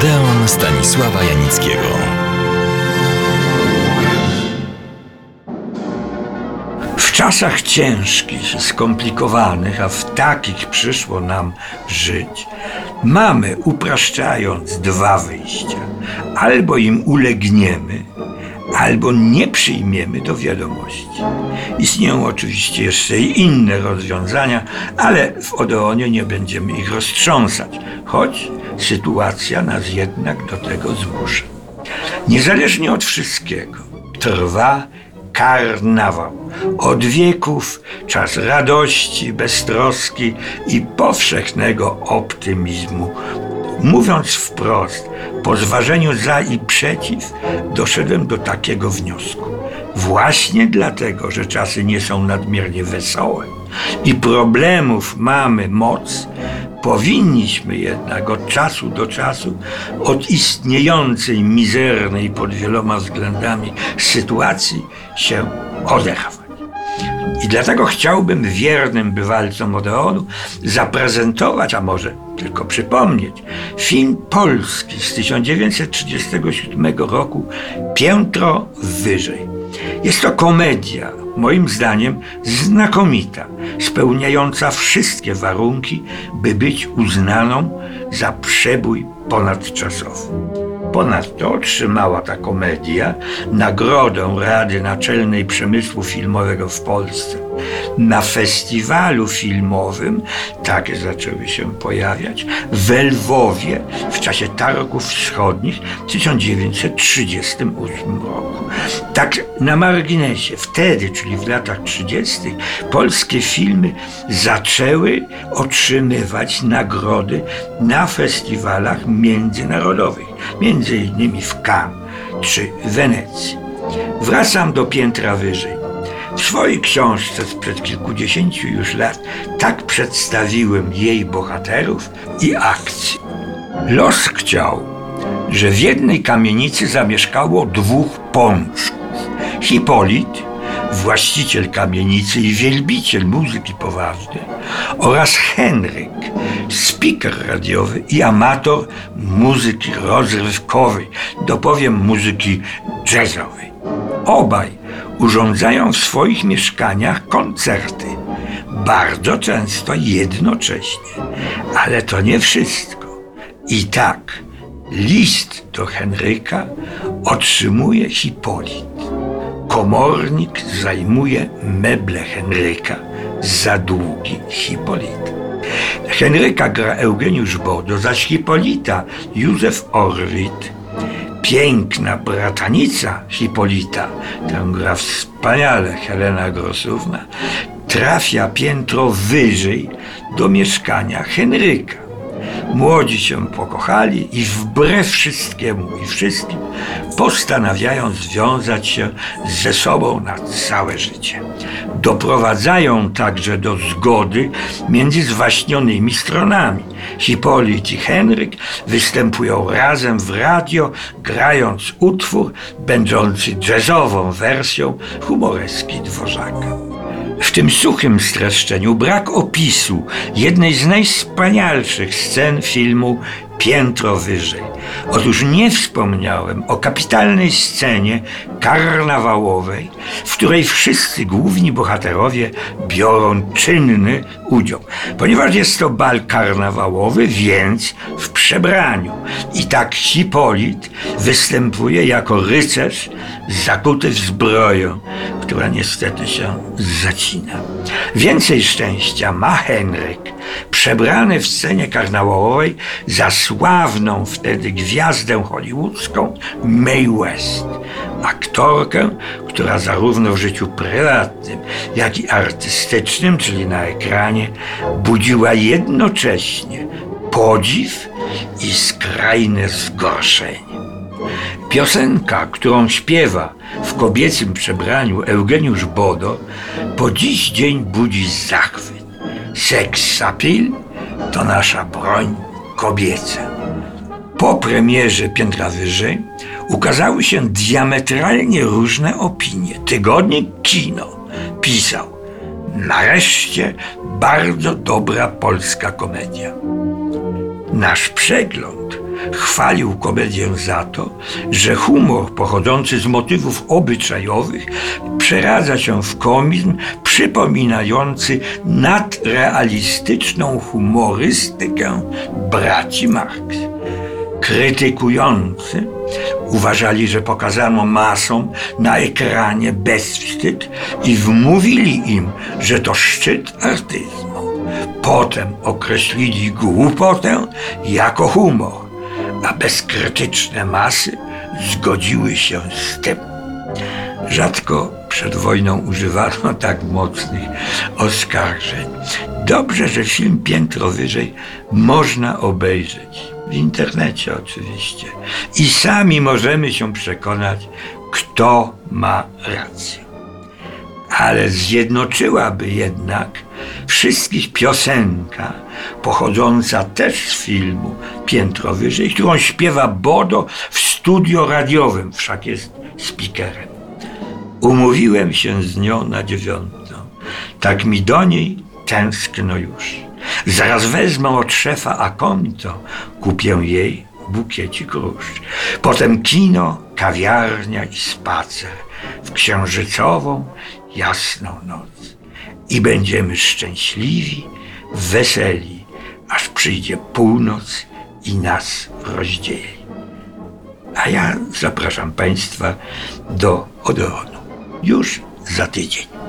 Odeon Stanisława Janickiego. W czasach ciężkich i skomplikowanych, a w takich przyszło nam żyć, mamy, upraszczając, dwa wyjścia. Albo im ulegniemy, albo nie przyjmiemy do wiadomości. Istnieją oczywiście jeszcze i inne rozwiązania, ale w Odeonie nie będziemy ich roztrząsać, choć sytuacja nas jednak do tego zmusza. Niezależnie od wszystkiego trwa karnawał. Od wieków czas radości, beztroski i powszechnego optymizmu. Mówiąc wprost, po zważeniu za i przeciw, doszedłem do takiego wniosku. Właśnie dlatego, że czasy nie są nadmiernie wesołe i problemów mamy moc, powinniśmy jednak od czasu do czasu od istniejącej, mizernej pod wieloma względami sytuacji się oderwać. I dlatego chciałbym wiernym bywalcom Odeonu zaprezentować, a może tylko przypomnieć, film polski z 1937 roku Piętro wyżej. Jest to komedia, moim zdaniem znakomita, spełniająca wszystkie warunki, by być uznaną za przebój ponadczasowy. Ponadto otrzymała ta komedia nagrodę Rady Naczelnej Przemysłu Filmowego w Polsce. Na festiwalu filmowym takie zaczęły się pojawiać w Lwowie w czasie Targów Wschodnich w 1938 roku. Tak na marginesie, wtedy, czyli w latach 30., polskie filmy zaczęły otrzymywać nagrody na festiwalach międzynarodowych, między innymi w Cannes czy Wenecji. Wracam do Piętra wyżej. W swojej książce sprzed kilkudziesięciu już lat tak przedstawiłem jej bohaterów i akcje. Los chciał, że w jednej kamienicy zamieszkało dwóch pączków. Hipolit, właściciel kamienicy i wielbiciel muzyki poważnej, oraz Henryk, speaker radiowy i amator muzyki rozrywkowej, dopowiem muzyki jazzowej. Obaj urządzają w swoich mieszkaniach koncerty, bardzo często jednocześnie. Ale to nie wszystko. I tak list do Henryka otrzymuje Hipolit. Komornik zajmuje meble Henryka za długi Hipolita. Henryka gra Eugeniusz Bodo, zaś Hipolita Józef Orwit. Piękna bratanica Hipolita, tę gra wspaniale Helena Grosówna, trafia piętro wyżej do mieszkania Henryka. Młodzi się pokochali i wbrew wszystkiemu i wszystkim postanawiają związać się ze sobą na całe życie. Doprowadzają także do zgody między zwaśnionymi stronami. Hipolit i Henryk występują razem w radio, grając utwór będący jazzową wersją humoreski Dworzaka. W tym suchym streszczeniu brak opisu jednej z najwspanialszych scen filmu Piętro wyżej. Otóż nie wspomniałem o kapitalnej scenie karnawałowej, w której wszyscy główni bohaterowie biorą czynny udział. Ponieważ jest to bal karnawałowy, więc w przebraniu. I tak Hipolit występuje jako rycerz zakuty w zbroję, która niestety się zacina. Więcej szczęścia ma Henryk, przebrany w scenie karnawałowej za sławną wtedy gwiazdę hollywoodzką Mae West. Aktorkę, która zarówno w życiu prywatnym, jak i artystycznym, czyli na ekranie, budziła jednocześnie podziw i skrajne zgorszenie. Piosenka, którą śpiewa w kobiecym przebraniu Eugeniusz Bodo, po dziś dzień budzi zachwyt. Sex appeal to nasza broń kobieca. Po premierze Piętra wyżej ukazały się diametralnie różne opinie. Tygodnik Kino pisał: nareszcie bardzo dobra polska komedia. Nasz przegląd chwalił komedię za to, że humor pochodzący z motywów obyczajowych przeradza się w komizm przypominający nadrealistyczną humorystykę braci Marx. Krytykujący uważali, że pokazano masom na ekranie bezwstyd i wmówili im, że to szczyt artyzmu. Potem określili głupotę jako humor, a bezkrytyczne masy zgodziły się z tym. Rzadko przed wojną używano tak mocnych oskarżeń. Dobrze, że film Piętro wyżej można obejrzeć. W internecie oczywiście. I sami możemy się przekonać, kto ma rację. Ale zjednoczyłaby jednak wszystkich piosenka pochodząca też z filmu Piętro wyżej, którą śpiewa Bodo w studio radiowym, wszak jest speakerem. Umówiłem się z nią na 9. Tak mi do niej tęskno już. Zaraz wezmę od szefa akonto, kupię jej bukiecik róż. Potem kino, kawiarnia i spacer w księżycową, jasną noc. I będziemy szczęśliwi, weseli, aż przyjdzie północ i nas rozdzieli. A ja zapraszam Państwa do Odeonu już za tydzień.